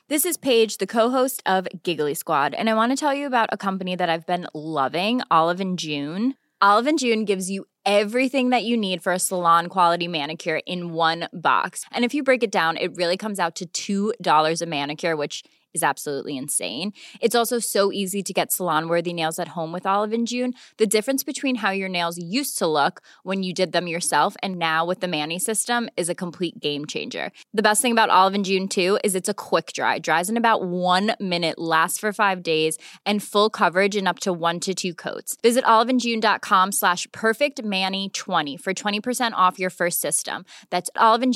This is Paige, the co-host of Giggly Squad, and I want to tell you about a company that I've been loving, Olive & June. Olive & June gives you everything that you need for a salon-quality manicure in one box. And if you break it down, it really comes out to $2 a manicure, which is absolutely insane. It's also so easy to get salon-worthy nails at home with Olive & June. The difference between how your nails used to look when you did them yourself and now with the Mani system is a complete game changer. The best thing about Olive & June, too, is it's a quick dry. Dries in about 1 minute, lasts for 5 days, and full coverage in up to 1 to 2 coats. Visit oliveandjune.com/perfectmani20 for 20% off your first system. That's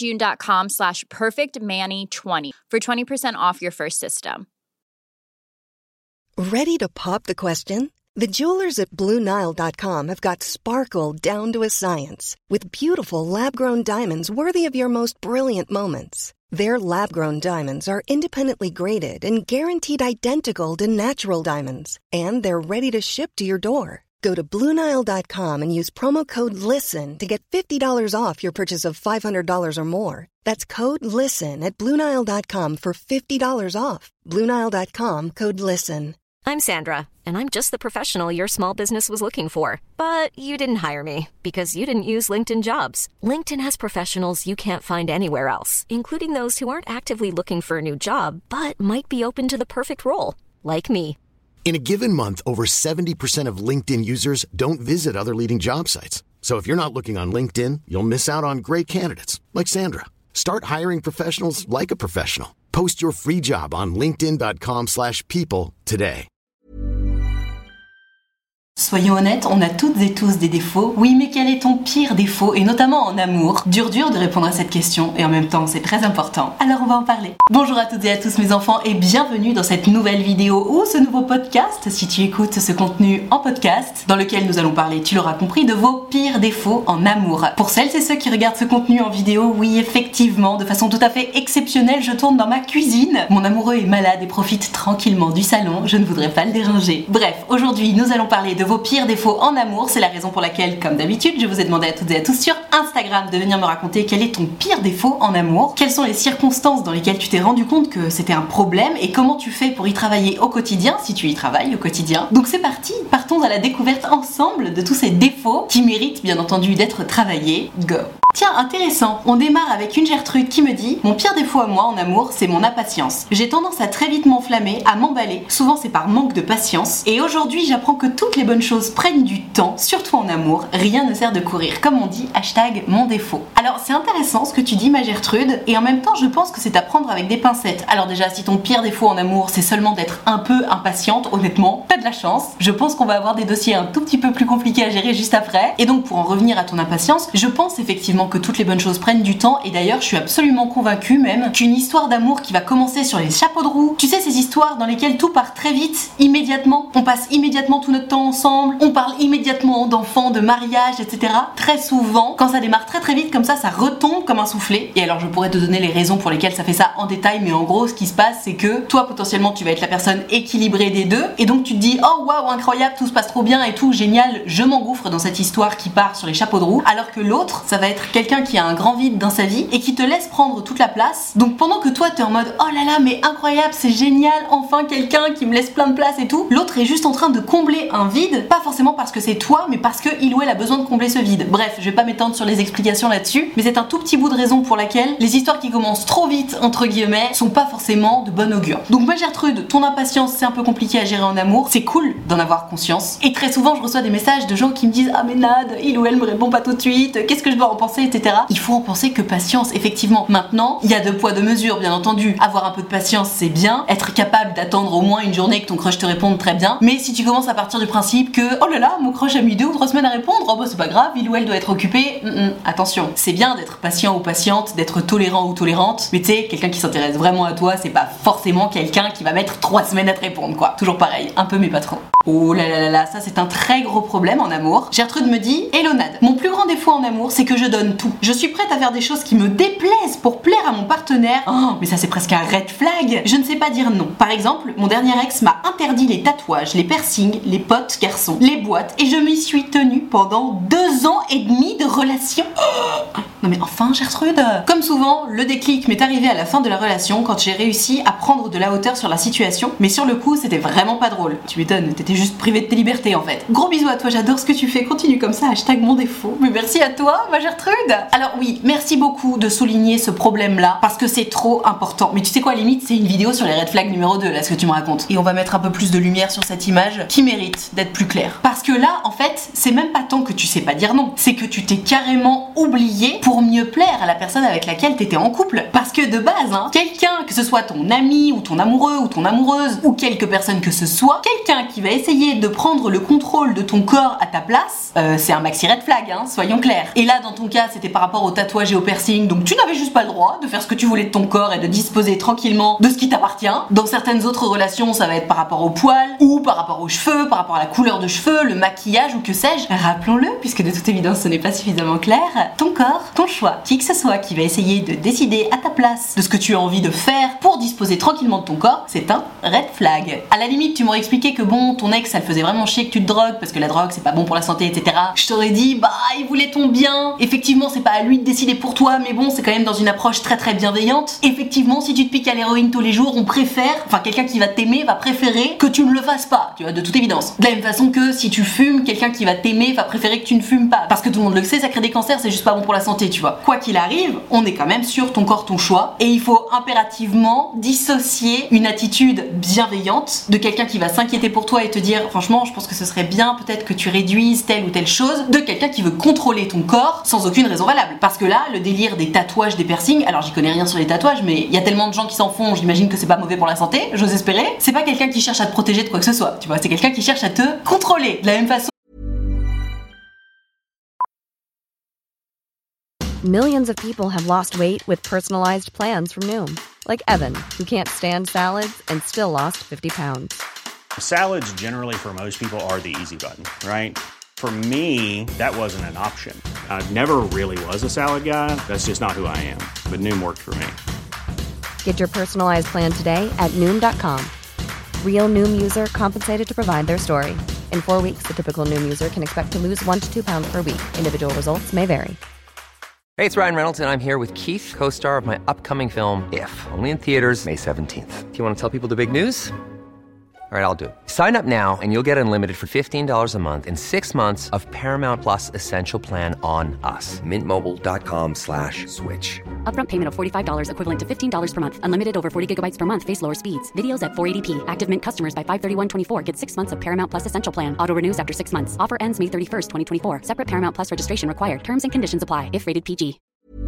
oliveandjune.com/perfectmani20 for 20% off your first system. Ready to pop the question? The jewelers at BlueNile.com have got sparkle down to a science with beautiful lab-grown diamonds worthy of your most brilliant moments. Their lab-grown diamonds are independently graded and guaranteed identical to natural diamonds, and they're ready to ship to your door. Go to BlueNile.com and use promo code LISTEN to get $50 off your purchase of $500 or more. That's code LISTEN at BlueNile.com for $50 off. BlueNile.com, code LISTEN. I'm Sandra, and I'm just the professional your small business was looking for. But you didn't hire me because you didn't use LinkedIn Jobs. LinkedIn has professionals you can't find anywhere else, including those who aren't actively looking for a new job, but might be open to the perfect role, like me. In a given month, over 70% of LinkedIn users don't visit other leading job sites. So if you're not looking on LinkedIn, you'll miss out on great candidates like Sandra. Start hiring professionals like a professional. Post your free job on linkedin.com/people today. Soyons honnêtes, on a toutes et tous des défauts. Oui, mais quel est ton pire défaut, et notamment en amour? Dur de répondre à cette question, et en même temps, c'est très important. Alors on va en parler. Bonjour à toutes et à tous mes enfants, et bienvenue dans cette nouvelle vidéo ou ce nouveau podcast, si tu écoutes ce contenu en podcast, dans lequel nous allons parler, tu l'auras compris, de vos pires défauts en amour. Pour celles et ceux qui regardent ce contenu en vidéo, oui, effectivement, de façon tout à fait exceptionnelle, je tourne dans ma cuisine. Mon amoureux est malade et profite tranquillement du salon, je ne voudrais pas le déranger. Bref, aujourd'hui, nous allons parler de vos pires défauts en amour. C'est la raison pour laquelle, comme d'habitude, je vous ai demandé à toutes et à tous sur Instagram de venir me raconter quel est ton pire défaut en amour, quelles sont les circonstances dans lesquelles tu t'es rendu compte que c'était un problème et comment tu fais pour y travailler au quotidien, si tu y travailles au quotidien. Donc c'est parti, partons à la découverte ensemble de tous ces défauts qui méritent bien entendu d'être travaillés. Go! Tiens, intéressant, on démarre avec une Gertrude qui me dit « Mon pire défaut à moi en amour, c'est mon impatience. J'ai tendance à très vite m'enflammer, à m'emballer, souvent c'est par manque de patience. Et aujourd'hui, j'apprends que toutes les bonnes choses prennent du temps, surtout en amour. Rien ne sert de courir, comme on dit, #mon défaut. » Alors c'est intéressant ce que tu dis ma Gertrude, et en même temps je pense que c'est à prendre avec des pincettes. Alors déjà, si ton pire défaut en amour, c'est seulement d'être un peu impatiente, honnêtement, t'as de la chance. Je pense qu'on va avoir des dossiers un tout petit peu plus compliqués à gérer juste après. Et donc pour en revenir à ton impatience, je pense effectivement que toutes les bonnes choses prennent du temps, et d'ailleurs je suis absolument convaincue même qu'une histoire d'amour qui va commencer sur les chapeaux de roue, tu sais ces histoires dans lesquelles tout part très vite, immédiatement, on passe immédiatement tout notre temps ensemble, on parle immédiatement d'enfants, de mariage, etc. Très souvent, quand ça démarre très très vite comme ça retombe comme un soufflet. Et alors je pourrais te donner les raisons pour lesquelles ça fait ça en détail, mais en gros ce qui se passe c'est que toi potentiellement tu vas être la personne équilibrée des deux, et donc tu te dis oh waouh incroyable, tout se passe trop bien et tout, génial, je m'engouffre dans cette histoire qui part sur les chapeaux de roue, alors que l'autre ça va être quelqu'un qui a un grand vide dans sa vie et qui te laisse prendre toute la place. Donc pendant que toi t'es en mode oh là là mais incroyable, c'est génial, enfin quelqu'un qui me laisse plein de place et tout, l'autre est juste en train de combler un vide, pas forcément parce que c'est toi, mais parce que il ou elle a besoin de combler ce vide. Bref, je vais pas m'étendre sur les explications là-dessus, mais c'est un tout petit bout de raison pour laquelle les histoires qui commencent trop vite entre guillemets sont pas forcément de bon augure. Donc moi Gertrude, ton impatience c'est un peu compliqué à gérer en amour, c'est cool d'en avoir conscience, et très souvent je reçois des messages de gens qui me disent ah mais Nad, il ou elle me répond pas tout de suite, qu'est-ce que je dois en penser, etc. Il faut en penser que patience, effectivement. Maintenant, il y a 2 poids 2 mesures, bien entendu. Avoir un peu de patience, c'est bien. Être capable d'attendre au moins une journée que ton crush te réponde, très bien. Mais si tu commences à partir du principe que oh là là, mon crush a mis 2 ou 3 semaines à répondre, oh bah c'est pas grave, il ou elle doit être occupé. Attention, c'est bien d'être patient ou patiente, d'être tolérant ou tolérante, mais tu sais, quelqu'un qui s'intéresse vraiment à toi, c'est pas forcément quelqu'un qui va mettre 3 semaines à te répondre, quoi. Toujours pareil, un peu mais pas trop. Oh là là, ça c'est un très gros problème en amour. Gertrude me dit Hello Nad, mon plus grand défaut en amour, c'est que je donne donne tout. Je suis prête à faire des choses qui me déplaisent pour plaire à mon partenaire. Oh, mais ça c'est presque un red flag. Je ne sais pas dire non. Par exemple, mon dernier ex m'a interdit les tatouages, les piercings, les potes garçons, les boîtes, et je m'y suis tenue pendant 2 ans et demi de relation. Oh, non mais enfin Gertrude. Comme souvent, le déclic m'est arrivé à la fin de la relation quand j'ai réussi à prendre de la hauteur sur la situation, mais sur le coup c'était vraiment pas drôle. Tu m'étonnes, t'étais juste privé de tes libertés en fait. Gros bisous à toi, j'adore ce que tu fais, continue comme ça, #mon défaut. Mais merci à toi, ma Gertrude. Alors oui, merci beaucoup de souligner ce problème-là, parce que c'est trop important. Mais tu sais quoi, à la limite, c'est une vidéo sur les red flags numéro 2, là, ce que tu me racontes. Et on va mettre un peu plus de lumière sur cette image qui mérite d'être plus claire. Parce que là, en fait, c'est même pas tant que tu sais pas dire non, c'est que tu t'es carrément oublié pour mieux plaire à la personne avec laquelle t'étais en couple. Parce que de base, quelqu'un, que ce soit ton ami ou ton amoureux ou ton amoureuse ou quelque personne que ce soit, quelqu'un qui va essayer de prendre le contrôle de ton corps à ta place, c'est un maxi red flag, soyons clairs. Et là, dans ton cas, c'était par rapport au tatouage et au piercing, donc tu n'avais juste pas le droit de faire ce que tu voulais de ton corps et de disposer tranquillement de ce qui t'appartient. Dans certaines autres relations, ça va être par rapport au poil, ou par rapport aux cheveux, par rapport à la couleur de cheveux, le maquillage ou que sais-je. Rappelons-le, puisque de toute évidence ce n'est pas suffisamment clair, ton corps, ton choix, qui que ce soit qui va essayer de décider à ta place de ce que tu as envie de faire pour disposer tranquillement de ton corps, c'est un red flag. À la limite, tu m'aurais expliqué que bon, ton ex, ça le faisait vraiment chier que tu te drogues, parce que la drogue c'est pas bon pour la santé, etc. Je t'aurais dit, bah, il voulait ton bien. Effectivement, c'est pas à lui de décider pour toi, mais bon, c'est quand même dans une approche très très bienveillante. Effectivement, si tu te piques à l'héroïne tous les jours, on préfère, enfin quelqu'un qui va t'aimer va préférer que tu ne le fasses pas, tu vois, de toute évidence. De la même façon que si tu fumes, quelqu'un qui va t'aimer va préférer que tu ne fumes pas, parce que tout le monde le sait, ça crée des cancers, c'est juste pas bon pour la santé, tu vois. Quoi qu'il arrive, on est quand même sur ton corps, ton choix, et il faut impérativement dissocier une attitude bienveillante de quelqu'un qui va s'inquiéter pour toi et te dire, franchement, je pense que ce serait bien peut-être que tu réduises telle ou telle chose, de quelqu'un qui veut contrôler ton corps sans aucune raison valable. Parce que là, le délire des tatouages, des piercings, alors j'y connais rien sur les tatouages, mais il y a tellement de gens qui s'en font, j'imagine que c'est pas mauvais pour la santé, j'ose espérer. C'est pas quelqu'un qui cherche à te protéger de quoi que ce soit, tu vois, c'est quelqu'un qui cherche à te contrôler. De la même façon. Millions of people have lost weight with personalized plans from Noom. Like Evan, who can't stand salads and still lost 50 pounds. Salads generally for most people are the easy button, right? For me, that wasn't an option. I never really was a salad guy. That's just not who I am. But Noom worked for me. Get your personalized plan today at Noom.com. Real Noom user compensated to provide their story. In 4 weeks, the typical Noom user can expect to lose 1 to 2 pounds per week. Individual results may vary. Hey, it's Ryan Reynolds, and I'm here with Keith, co-star of my upcoming film, If, only in theaters May 17th. Do you want to tell people the big news? All right, I'll do it. Sign up now and you'll get unlimited for $15 a month and 6 months of Paramount Plus Essential Plan on us. MintMobile.com/switch. Upfront payment of $45 equivalent to $15 per month. Unlimited over 40 gigabytes per month. Face lower speeds. Videos at 480p. Active Mint customers by 531.24 get 6 months of Paramount Plus Essential Plan. Auto renews after 6 months. Offer ends May 31st, 2024. Separate Paramount Plus registration required. Terms and conditions apply if rated PG.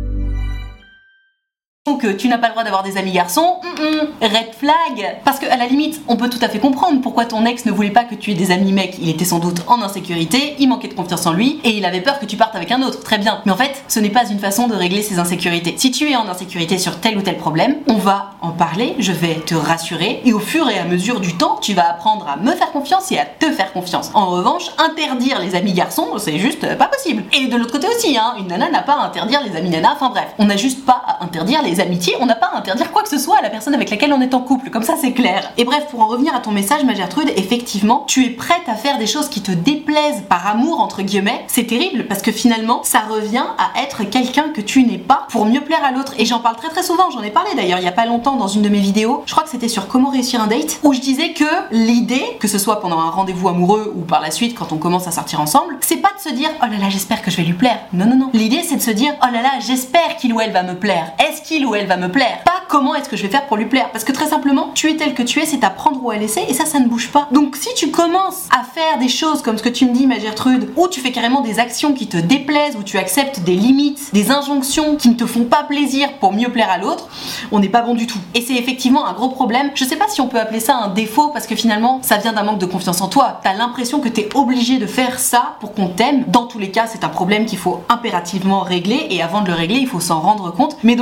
Que tu n'as pas le droit d'avoir des amis garçons, red flag. Parce que à la limite, on peut tout à fait comprendre pourquoi ton ex ne voulait pas que tu aies des amis mecs. Il était sans doute en insécurité, il manquait de confiance en lui et il avait peur que tu partes avec un autre. Très bien. Mais en fait, ce n'est pas une façon de régler ses insécurités. Si tu es en insécurité sur tel ou tel problème, on va en parler, je vais te rassurer et au fur et à mesure du temps, tu vas apprendre à me faire confiance et à te faire confiance. En revanche, interdire les amis garçons, c'est juste pas possible. Et de l'autre côté aussi, une nana n'a pas à interdire les amis nanas, enfin bref, on n'a juste pas à interdire les amitiés, on n'a pas à interdire quoi que ce soit à la personne avec laquelle on est en couple, comme ça c'est clair. Et bref, pour en revenir à ton message, ma Gertrude, effectivement, tu es prête à faire des choses qui te déplaisent par amour, entre guillemets. C'est terrible parce que finalement, ça revient à être quelqu'un que tu n'es pas pour mieux plaire à l'autre. Et j'en parle très très souvent, j'en ai parlé d'ailleurs il y a pas longtemps dans une de mes vidéos, je crois que c'était sur comment réussir un date, où je disais que l'idée, que ce soit pendant un rendez-vous amoureux ou par la suite quand on commence à sortir ensemble, c'est pas de se dire oh là là j'espère que je vais lui plaire. Non non non. L'idée c'est de se dire oh là là j'espère qu'il ou elle va me plaire. Est-ce qu'il ou elle va me plaire? Pas comment est-ce que je vais faire pour lui plaire, parce que très simplement tu es tel que tu es, c'est à prendre ou à laisser et ça ne bouge pas. Donc si tu commences à faire des choses comme ce que tu me dis ma Gertrude, où tu fais carrément des actions qui te déplaisent, où tu acceptes des limites, des injonctions qui ne te font pas plaisir pour mieux plaire à l'autre, on n'est pas bon du tout. Et c'est effectivement un gros problème. Je sais pas si on peut appeler ça un défaut parce que finalement ça vient d'un manque de confiance en toi. T'as l'impression que t'es obligé de faire ça pour qu'on t'aime. Dans tous les cas c'est un problème qu'il faut impérativement régler et avant de le régler il faut s'en rendre compte. Mais donc je te vois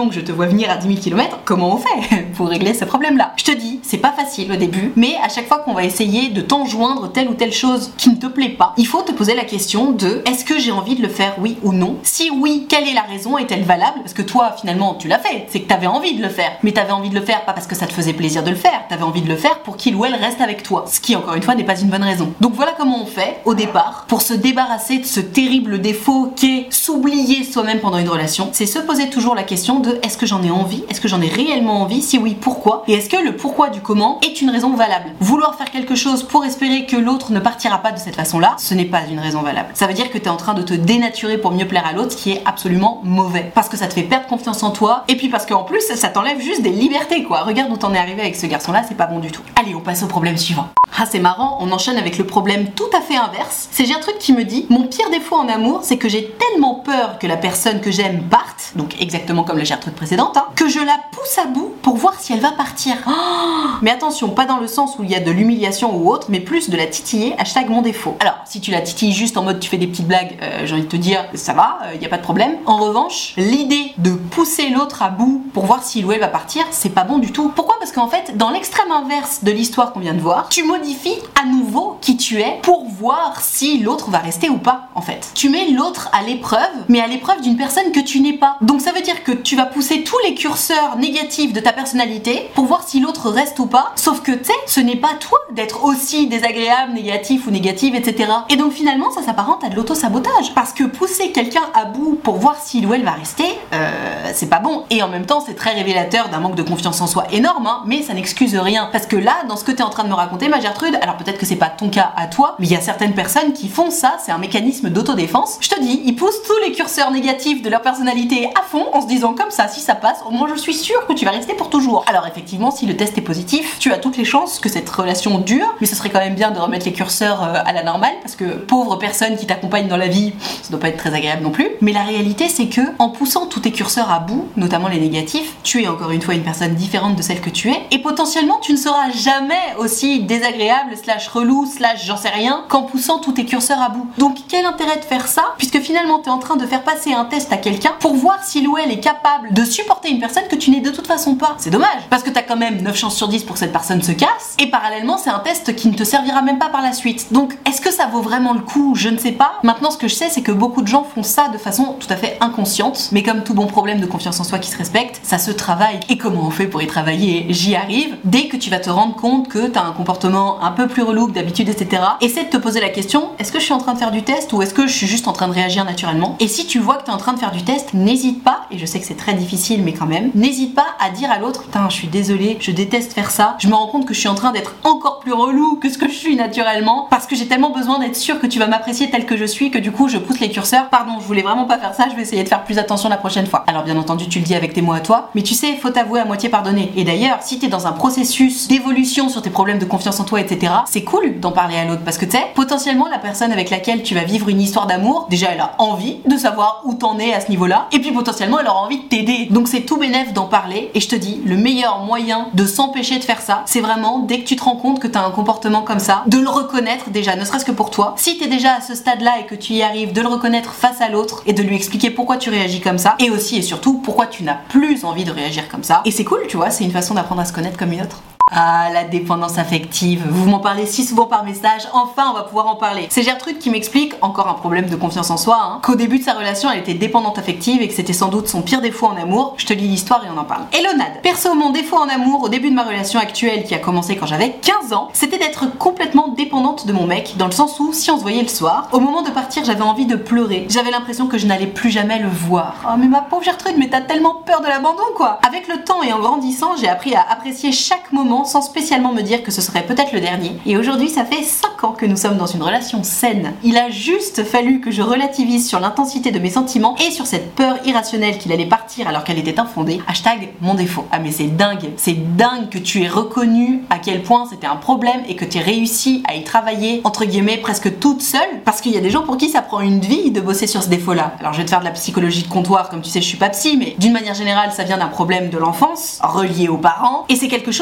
revenir à 10 000 km, comment on fait pour régler ce problème-là? Je te dis, c'est pas facile au début, mais à chaque fois qu'on va essayer de t'enjoindre telle ou telle chose qui ne te plaît pas, il faut te poser la question de est-ce que j'ai envie de le faire, oui ou non? Si oui, quelle est la raison? Est-elle valable? Parce que toi, finalement, tu l'as fait, c'est que t'avais envie de le faire. Mais t'avais envie de le faire pas parce que ça te faisait plaisir de le faire, t'avais envie de le faire pour qu'il ou elle reste avec toi. Ce qui, encore une fois, n'est pas une bonne raison. Donc voilà comment on fait, au départ, pour se débarrasser de ce terrible défaut qu'est s'oublier soi-même pendant une relation. C'est se poser toujours la question de est-ce que j'en ai envie? Est-ce que j'en ai réellement envie? Si oui, pourquoi? Et est-ce que le pourquoi du comment est une raison valable? Vouloir faire quelque chose pour espérer que l'autre ne partira pas de cette façon-là, ce n'est pas une raison valable. Ça veut dire que t'es en train de te dénaturer pour mieux plaire à l'autre, ce qui est absolument mauvais. Parce que ça te fait perdre confiance en toi, et puis parce qu'en plus, ça t'enlève juste des libertés, quoi. Regarde où t'en es arrivé avec ce garçon-là, c'est pas bon du tout. Allez, on passe au problème suivant. Ah, c'est marrant, on enchaîne avec le problème tout à fait inverse. C'est Gertrude qui me dit: mon pire défaut en amour, c'est que j'ai tellement peur que la personne que j'aime parte, donc exactement comme la Gertrude précédente, que je la pousse à bout pour voir si elle va partir. Oh, mais attention, pas dans le sens où il y a de l'humiliation ou autre, mais plus de la titiller, #mon défaut. Alors, si tu la titilles juste en mode tu fais des petites blagues, j'ai envie de te dire, ça va, y a pas de problème. En revanche, l'idée de pousser l'autre à bout pour voir si ou elle va partir, c'est pas bon du tout. Pourquoi? Parce qu'en fait, dans l'extrême inverse de l'histoire qu'on vient de voir, tu modifies à nouveau qui tu es pour voir si l'autre va rester ou pas, en fait. Tu mets l'autre à l'épreuve, mais à l'épreuve d'une personne que tu n'es pas. Donc ça veut dire que tu vas pousser tous les curseurs négatifs de ta personnalité pour voir si l'autre reste ou pas, sauf que tu sais, ce n'est pas toi d'être aussi désagréable, négatif ou négative, etc. Et donc finalement, ça s'apparente à de l'auto-sabotage. Parce que pousser quelqu'un à bout pour voir si ou elle va rester, c'est pas bon. Et en même temps, c'est très révélateur d'un manque de confiance en soi énorme, hein, mais ça n'excuse rien. Parce que là, dans ce que t'es en train de me raconter, ma Gertrude, alors peut-être que c'est pas ton cas à toi, mais il y a certaines personnes qui font ça, c'est un mécanisme d'autodéfense. Je te dis, ils poussent tous les curseurs négatifs de leur personnalité à fond en se disant comme ça, si ça passe, au moins je suis sûre que tu vas rester pour toujours. Alors effectivement, si le test est positif, tu as toutes les chances que cette relation dure, mais ce serait quand même bien de remettre les curseurs à la normale, parce que pauvre personne qui t'accompagne dans la vie, ça doit pas être très agréable non plus. Mais la réalité, c'est que en poussant tous tes curseurs à bout, notamment les négatifs, tu es encore une fois une personne différente de celle que tu es, et potentiellement tu ne seras jamais aussi désagréable, relou, j'en sais rien, qu'en poussant tous tes curseurs à bout. Donc quel intérêt de faire ça, puisque finalement t'es en train de faire passer un test à quelqu'un pour voir si ou elle est capable de supporter une personne que tu n'es de toute façon pas. C'est dommage, parce que t'as quand même 9 chances sur 10 pour que cette personne se casse, et parallèlement c'est un test qui ne te servira même pas par la suite. Donc est-ce que ça vaut vraiment le coup? Je ne sais pas. Maintenant, ce que je sais, c'est que beaucoup de gens font ça de façon tout à fait inconsciente, mais comme tout bon problème de confiance en soi qui se respecte, ça se travaille. Et comment on fait pour y travailler? J'y arrive. Dès que tu vas te rendre compte que t'as un comportement un peu plus relou que d'habitude, etc., essaie de te poser la question: est-ce que je suis en train de faire du test ou est-ce que je suis juste en train de réagir naturellement? Et si tu vois que t'es en train de faire du test, n'hésite pas, et je sais que c'est très difficile, mais quand même, n'hésite pas à dire à l'autre: putain, je suis désolée, je déteste faire ça, je me rends compte que je suis en train d'être encore plus relou que ce que je suis naturellement, parce que j'ai tellement besoin d'être sûre que tu vas m'apprécier tel que je suis, que du coup je pousse les curseurs. Pardon, je voulais vraiment pas faire ça, je vais essayer de faire plus attention la prochaine fois. Alors bien entendu, tu le dis avec tes mots à toi, mais tu sais, faut t'avouer à moitié pardonner. Et d'ailleurs, si t'es dans un processus d'évolution sur tes problèmes de confiance en toi, etc., c'est cool d'en parler à l'autre, parce que tu sais, potentiellement la personne avec laquelle tu vas vivre une histoire d'amour, déjà elle a envie de savoir où t'en es à ce niveau-là, et puis potentiellement elle aura envie de t'aider. Donc c'est tout bénef d'en parler, et je te dis, le meilleur moyen de s'empêcher de faire ça, c'est vraiment, dès que tu te rends compte que t'as un comportement comme ça, de le reconnaître déjà, ne serait-ce que pour toi. Si t'es déjà à ce stade-là et que tu y arrives, de le reconnaître face à l'autre et de lui expliquer pourquoi tu réagis comme ça, et aussi et surtout pourquoi tu n'as plus envie de réagir comme ça. Et c'est cool, tu vois, c'est une façon d'apprendre à se connaître comme une autre. Ah, la dépendance affective. Vous m'en parlez si souvent par message, enfin on va pouvoir en parler. C'est Gertrude qui m'explique, encore un problème de confiance en soi, hein, qu'au début de sa relation elle était dépendante affective et que c'était sans doute son pire défaut en amour. Je te lis l'histoire et on en parle. Hello Nad. Perso, mon défaut en amour au début de ma relation actuelle qui a commencé quand j'avais 15 ans, c'était d'être complètement dépendante de mon mec, dans le sens où si on se voyait le soir, au moment de partir j'avais envie de pleurer. J'avais l'impression que je n'allais plus jamais le voir. Oh mais ma pauvre Gertrude, mais t'as tellement peur de l'abandon quoi. Avec le temps et en grandissant, j'ai appris à apprécier chaque moment sans spécialement me dire que ce serait peut-être le dernier. Et aujourd'hui, ça fait 5 ans que nous sommes dans une relation saine. Il a juste fallu que je relativise sur l'intensité de mes sentiments et sur cette peur irrationnelle qu'il allait partir alors qu'elle était infondée. #mon défaut. Ah mais c'est dingue que tu aies reconnu à quel point c'était un problème et que tu aies réussi à y travailler, entre guillemets, presque toute seule, parce qu'il y a des gens pour qui ça prend une vie de bosser sur ce défaut-là. Alors je vais te faire de la psychologie de comptoir, comme tu sais, je suis pas psy, mais d'une manière générale, ça vient d'un problème de l'enfance, relié aux parents, et c'est quelque chose de très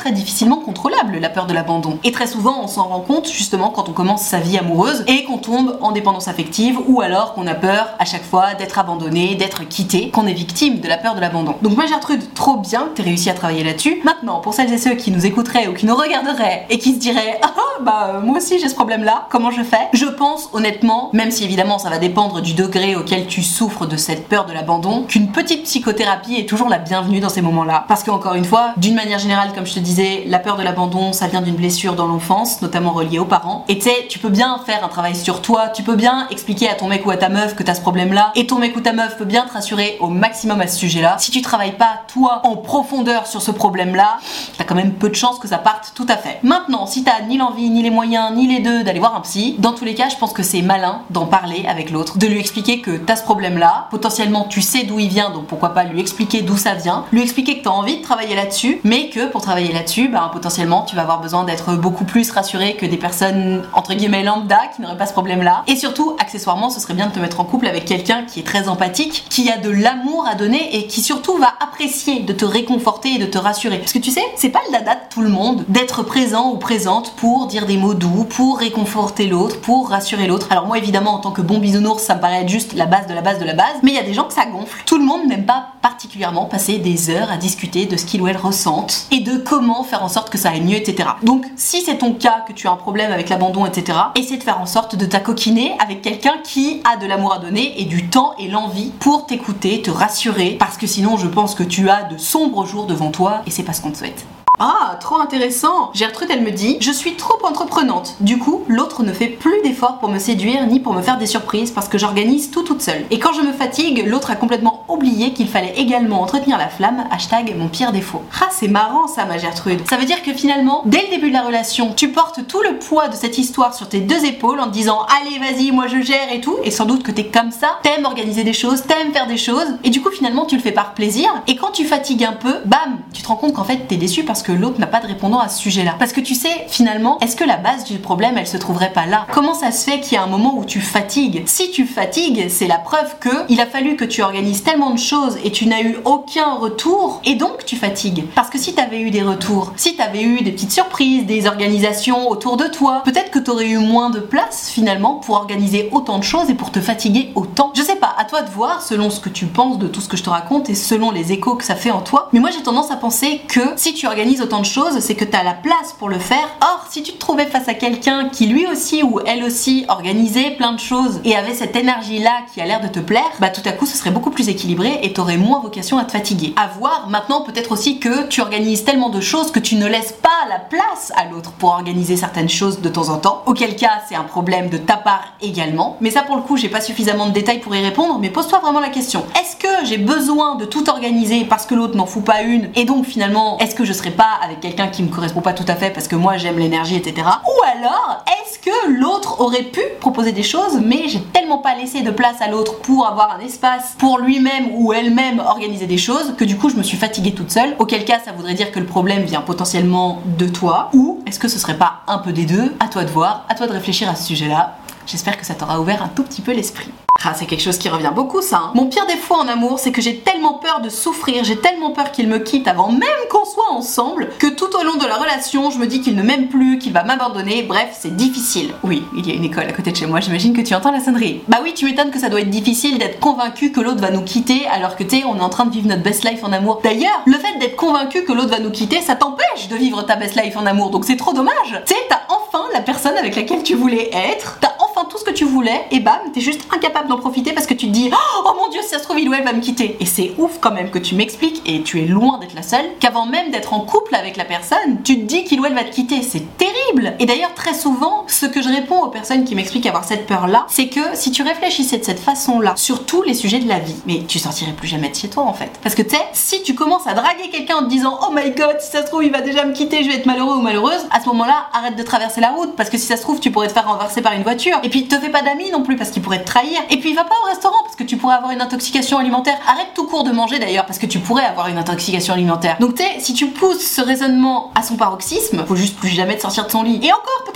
très difficilement contrôlable, la peur de l'abandon. Et très souvent, on s'en rend compte justement quand on commence sa vie amoureuse et qu'on tombe en dépendance affective ou alors qu'on a peur à chaque fois d'être abandonné, d'être quitté, qu'on est victime de la peur de l'abandon. Donc moi Gertrude, trop bien que t'aies réussi à travailler là-dessus. Maintenant, pour celles et ceux qui nous écouteraient ou qui nous regarderaient et qui se diraient moi aussi j'ai ce problème-là, comment je fais? Je pense honnêtement, même si évidemment ça va dépendre du degré auquel tu souffres de cette peur de l'abandon, qu'une petite psychothérapie est toujours la bienvenue dans ces moments-là. Parce qu'encore une fois, d'une manière générale, comme je te disais, la peur de l'abandon, ça vient d'une blessure dans l'enfance, notamment reliée aux parents. Et tu sais, tu peux bien faire un travail sur toi, tu peux bien expliquer à ton mec ou à ta meuf que t'as ce problème-là, et ton mec ou ta meuf peut bien te rassurer au maximum à ce sujet-là. Si tu travailles pas, toi, en profondeur sur ce problème-là, t'as quand même peu de chances que ça parte tout à fait. Maintenant, si t'as ni l'envie, ni les moyens, ni les deux d'aller voir un psy, dans tous les cas, je pense que c'est malin d'en parler avec l'autre, de lui expliquer que t'as ce problème-là, potentiellement tu sais d'où il vient, donc pourquoi pas lui expliquer d'où ça vient, lui expliquer que t'as envie de travailler là-dessus, mais que pour travailler là-dessus, potentiellement tu vas avoir besoin d'être beaucoup plus rassuré que des personnes entre guillemets lambda qui n'auraient pas ce problème-là. Et surtout, accessoirement, ce serait bien de te mettre en couple avec quelqu'un qui est très empathique, qui a de l'amour à donner et qui surtout va apprécier de te réconforter et de te rassurer. Parce que tu sais, c'est pas le dada de tout le monde d'être présent ou présente pour dire des mots doux, pour réconforter l'autre, pour rassurer l'autre. Alors moi évidemment en tant que bon bisounours, ça me paraît être juste la base de la base de la base, mais il y a des gens que ça gonfle. Tout le monde n'aime pas particulièrement passer des heures à discuter de ce qu'il ou elle ressentent et de comment faire en sorte que ça aille mieux, etc. Donc si c'est ton cas, que tu as un problème avec l'abandon, etc., essaie de faire en sorte de t'acoquiner avec quelqu'un qui a de l'amour à donner et du temps et l'envie pour t'écouter, te rassurer, parce que sinon je pense que tu as de sombres jours devant toi et c'est pas ce qu'on te souhaite. Ah, trop intéressant! Gertrude, elle me dit: je suis trop entreprenante. Du coup, l'autre ne fait plus d'efforts pour me séduire ni pour me faire des surprises parce que j'organise tout toute seule. Et quand je me fatigue, l'autre a complètement oublié qu'il fallait également entretenir la flamme. # mon pire défaut. Ah, c'est marrant ça, ma Gertrude. Ça veut dire que finalement, dès le début de la relation, tu portes tout le poids de cette histoire sur tes deux épaules en te disant: allez, vas-y, moi je gère et tout. Et sans doute que t'es comme ça, t'aimes organiser des choses, t'aimes faire des choses. Et du coup, finalement, tu le fais par plaisir. Et quand tu fatigues un peu, bam, tu te rends compte qu'en fait, t'es déçu parce que l'autre n'a pas de répondant à ce sujet-là. Parce que tu sais, finalement, est-ce que la base du problème, elle se trouverait pas là? Comment ça se fait qu'il y a un moment où tu fatigues? Si tu fatigues, c'est la preuve que il a fallu que tu organises tellement de choses et tu n'as eu aucun retour, et donc tu fatigues. Parce que si t'avais eu des retours, si t'avais eu des petites surprises, des organisations autour de toi, peut-être que t'aurais eu moins de place finalement pour organiser autant de choses et pour te fatiguer autant. Je sais pas, à toi de voir selon ce que tu penses de tout ce que je te raconte et selon les échos que ça fait en toi, mais moi j'ai tendance à penser que si tu organises autant de choses, c'est que t'as la place pour le faire. Or, si tu te trouvais face à quelqu'un qui lui aussi ou elle aussi organisait plein de choses et avait cette énergie-là qui a l'air de te plaire, tout à coup ce serait beaucoup plus équilibré et t'aurais moins vocation à te fatiguer. À voir maintenant peut-être aussi que tu organises tellement de choses que tu ne laisses pas la place à l'autre pour organiser certaines choses de temps en temps, auquel cas c'est un problème de ta part également. Mais ça pour le coup j'ai pas suffisamment de détails pour y répondre, mais pose-toi vraiment la question: est-ce que j'ai besoin de tout organiser parce que l'autre n'en fout pas une, et donc finalement est-ce que je serais pas avec quelqu'un qui me correspond pas tout à fait parce que moi j'aime l'énergie, etc. Ou alors est-ce que l'autre aurait pu proposer des choses mais j'ai tellement pas laissé de place à l'autre pour avoir un espace pour lui-même ou elle-même organiser des choses que du coup je me suis fatiguée toute seule, auquel cas ça voudrait dire que le problème vient potentiellement de toi, ou est-ce que ce serait pas un peu des deux? À toi de voir, à toi de réfléchir à ce sujet-là. J'espère que ça t'aura ouvert un tout petit peu l'esprit. Ah, c'est quelque chose qui revient beaucoup ça, hein. Mon pire défaut en amour, c'est que j'ai tellement peur de souffrir, j'ai tellement peur qu'il me quitte avant même qu'on soit ensemble, que tout au long de la relation, je me dis qu'il ne m'aime plus, qu'il va m'abandonner, bref, c'est difficile. Oui, il y a une école à côté de chez moi, j'imagine que tu entends la sonnerie. Bah oui, tu m'étonnes que ça doit être difficile d'être convaincu que l'autre va nous quitter alors que on est en train de vivre notre best life en amour. D'ailleurs, le fait d'être convaincu que l'autre va nous quitter, ça t'empêche de vivre ta best life en amour, donc c'est trop dommage. Tu sais, t'as enfin la personne avec laquelle tu voulais être, t'as enfin tout ce que tu voulais, et bam, t'es juste incapable d'en profiter parce que tu te dis: oh mon dieu, si ça se trouve il ou elle va me quitter. Et c'est ouf quand même que tu m'expliques, et tu es loin d'être la seule, qu'avant même d'être en couple avec la personne, tu te dis qu'il ou elle va te quitter. C'est terrible. Et d'ailleurs très souvent, ce que je réponds aux personnes qui m'expliquent avoir cette peur là, c'est que si tu réfléchissais de cette façon là sur tous les sujets de la vie, mais tu sortirais plus jamais de chez toi en fait. Parce que tu sais, si tu commences à draguer quelqu'un en te disant: oh my god, si ça se trouve il va déjà me quitter, je vais être malheureux ou malheureuse, à ce moment là arrête de traverser la route, parce que si ça se trouve tu pourrais te faire renverser par une voiture. Et puis te fais pas d'amis non plus parce qu'il pourrait te trahir. Et puis va pas au restaurant parce que tu pourrais avoir une intoxication alimentaire. Arrête tout court de manger d'ailleurs parce que tu pourrais avoir une intoxication alimentaire. Donc tu sais, si tu pousses ce raisonnement à son paroxysme, faut juste plus jamais te sortir de son lit. Et encore, peut-être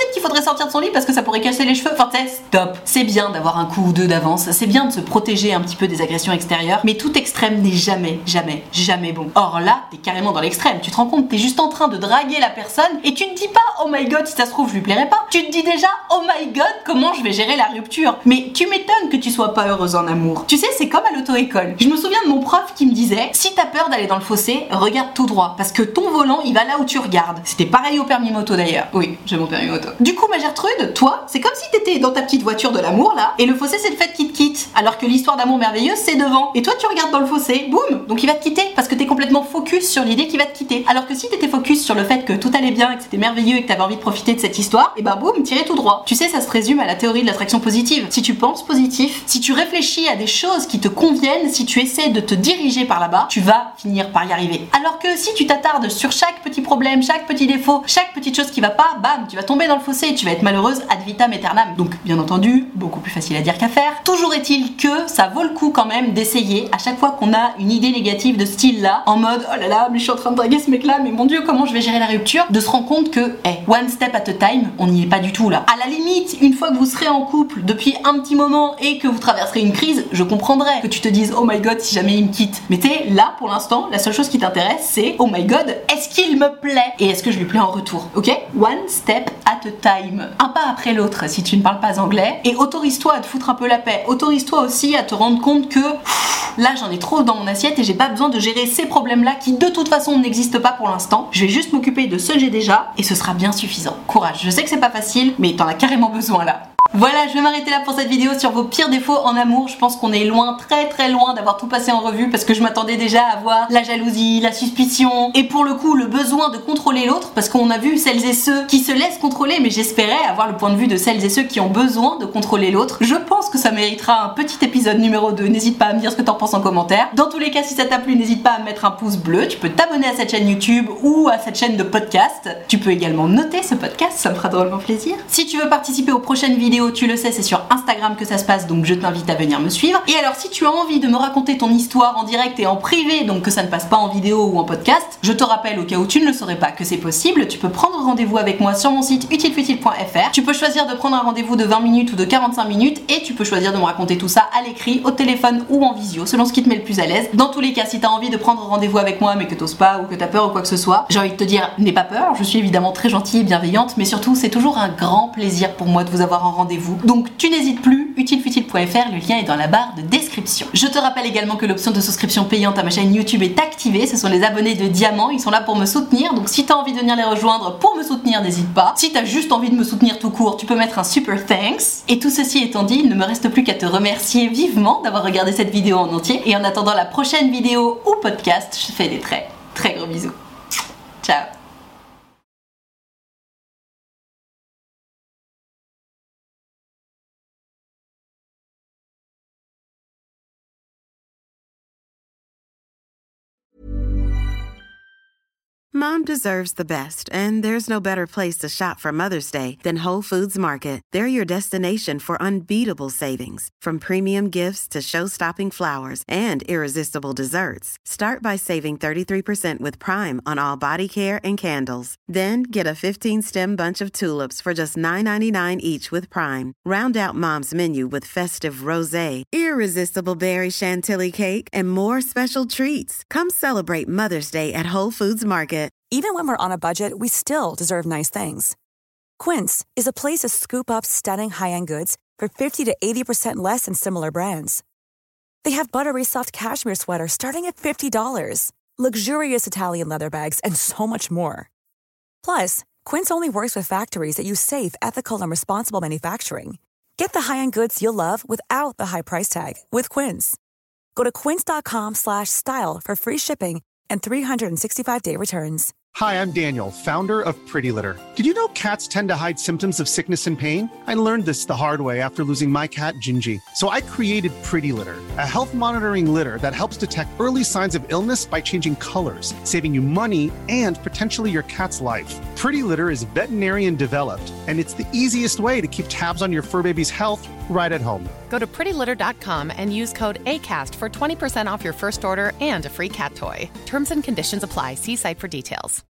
peut-être qu'il faudrait sortir de son lit parce que ça pourrait casser les cheveux. Enfin, stop. C'est bien d'avoir un coup ou deux d'avance, c'est bien de se protéger un petit peu des agressions extérieures, mais tout extrême n'est jamais bon. Or là, t'es carrément dans l'extrême. Tu te rends compte, t'es juste en train de draguer la personne et tu ne dis pas oh my god, si ça se trouve je lui plairais pas. Tu te dis déjà oh my god, comment je vais gérer la rupture. Mais tu m'étonnes que tu sois pas heureuse en amour. Tu sais, c'est comme à l'auto-école. Je me souviens de mon prof qui me disait si t'as peur d'aller dans le fossé, regarde tout droit parce que ton volant il va là où tu regardes. C'était pareil au permis moto d'ailleurs. Oui, j'ai mon permis moto. Du coup, ma Gertrude, toi, c'est comme si t'étais dans ta petite voiture de l'amour là et le fossé c'est le fait qu'il te quitte. Alors que l'histoire d'amour merveilleuse c'est devant. Et toi tu regardes dans le fossé, boum, donc il va te quitter parce que t'es complètement focus sur l'idée qu'il va te quitter. Alors que si t'étais focus sur le fait que tout allait bien, que c'était merveilleux et que t'avais envie de profiter de cette histoire, et bah boum, tirer tout droit. Tu sais, ça se résume à la théorie de l'attraction positive. Si tu penses positif, si tu réfléchis à des choses qui te conviennent, si tu essaies de te diriger par là-bas, tu vas finir par y arriver. Alors que si tu t'attardes sur chaque petit problème, chaque petit défaut, chaque petite chose qui va pas, bam, tu vas tomber dans le fossé et tu vas être malheureuse ad vitam aeternam. Donc bien entendu, beaucoup plus facile à dire qu'à faire. Toujours est-il que ça vaut le coup quand même d'essayer à chaque fois qu'on a une idée négative de ce style-là, en mode oh là là, mais je suis en train de draguer ce mec-là, mais mon dieu, comment je vais gérer la rupture, de se rendre compte que, one step at a time, on n'y est pas du tout là. À la limite, une fois que vous serez en couple depuis un petit moment et que vous traverserez une crise, je comprendrais que tu te dises oh my god, si jamais il me quitte. Mais t'es là pour l'instant, la seule chose qui t'intéresse, c'est oh my god, est-ce qu'il me plaît et est-ce que je lui plais en retour, ok? One step at a time, un pas après l'autre si tu ne parles pas anglais, et autorise-toi à te foutre un peu la paix, autorise-toi aussi à te rendre compte que là j'en ai trop dans mon assiette et j'ai pas besoin de gérer ces problèmes-là qui de toute façon n'existent pas pour l'instant. Je vais juste m'occuper de ceux que j'ai déjà et ce sera bien suffisant. Courage, je sais que c'est pas facile, mais t'en as carrément besoin là. Voilà, je vais m'arrêter là pour cette vidéo sur vos pires défauts en amour. Je pense qu'on est loin, très loin d'avoir tout passé en revue parce que je m'attendais déjà à voir la jalousie, la suspicion et pour le coup le besoin de contrôler l'autre parce qu'on a vu celles et ceux qui se laissent contrôler, mais j'espérais avoir le point de vue de celles et ceux qui ont besoin de contrôler l'autre. Je pense que ça méritera un petit épisode numéro 2. N'hésite pas à me dire ce que t'en penses en commentaire. Dans tous les cas, si ça t'a plu, n'hésite pas à mettre un pouce bleu. Tu peux t'abonner à cette chaîne YouTube ou à cette chaîne de podcast. Tu peux également noter ce podcast, ça me fera drôlement plaisir. Si tu veux participer aux prochaines vidéos, tu le sais, c'est sur Instagram que ça se passe, donc je t'invite à venir me suivre. Et alors si tu as envie de me raconter ton histoire en direct et en privé, donc que ça ne passe pas en vidéo ou en podcast, je te rappelle au cas où tu ne le saurais pas que c'est possible, tu peux prendre rendez-vous avec moi sur mon site utilefutile.fr. Tu peux choisir de prendre un rendez-vous de 20 minutes ou de 45 minutes et tu peux choisir de me raconter tout ça à l'écrit, au téléphone ou en visio, selon ce qui te met le plus à l'aise. Dans tous les cas, si tu as envie de prendre rendez-vous avec moi mais que t'oses pas ou que t'as peur ou quoi que ce soit, j'ai envie de te dire, n'aie pas peur, je suis évidemment très gentille et bienveillante, mais surtout c'est toujours un grand plaisir pour moi de vous avoir en rendez-vous. Donc tu n'hésites plus, utilefutile.fr, le lien est dans la barre de description. Je te rappelle également que l'option de souscription payante à ma chaîne YouTube est activée, ce sont les abonnés de Diamant, ils sont là pour me soutenir, donc si t'as envie de venir les rejoindre pour me soutenir, n'hésite pas. Si t'as juste envie de me soutenir tout court, tu peux mettre un super thanks. Et tout ceci étant dit, il ne me reste plus qu'à te remercier vivement d'avoir regardé cette vidéo en entier, et en attendant la prochaine vidéo ou podcast, je te fais des très gros bisous. Ciao. Mom deserves the best, and there's no better place to shop for Mother's Day than Whole Foods Market. They're your destination for unbeatable savings, from premium gifts to show-stopping flowers and irresistible desserts. Start by saving 33% with Prime on all body care and candles. Then get a 15-stem bunch of tulips for just $9.99 each with Prime. Round out Mom's menu with festive rosé, irresistible berry chantilly cake, and more special treats. Come celebrate Mother's Day at Whole Foods Market. Even when we're on a budget, we still deserve nice things. Quince is a place to scoop up stunning high-end goods for 50 to 80% less than similar brands. They have buttery soft cashmere sweaters starting at $50, luxurious Italian leather bags, and so much more. Plus, Quince only works with factories that use safe, ethical, and responsible manufacturing. Get the high-end goods you'll love without the high price tag with Quince. Go to quince.com/style for free shipping and 365-day returns. Hi, I'm Daniel, founder of Pretty Litter. Did you know cats tend to hide symptoms of sickness and pain? I learned this the hard way after losing my cat, Gingy. So I created Pretty Litter, a health monitoring litter that helps detect early signs of illness by changing colors, saving you money and potentially your cat's life. Pretty Litter is veterinarian developed, and it's the easiest way to keep tabs on your fur baby's health right at home. Go to prettylitter.com and use code ACAST for 20% off your first order and a free cat toy. Terms and conditions apply. See site for details.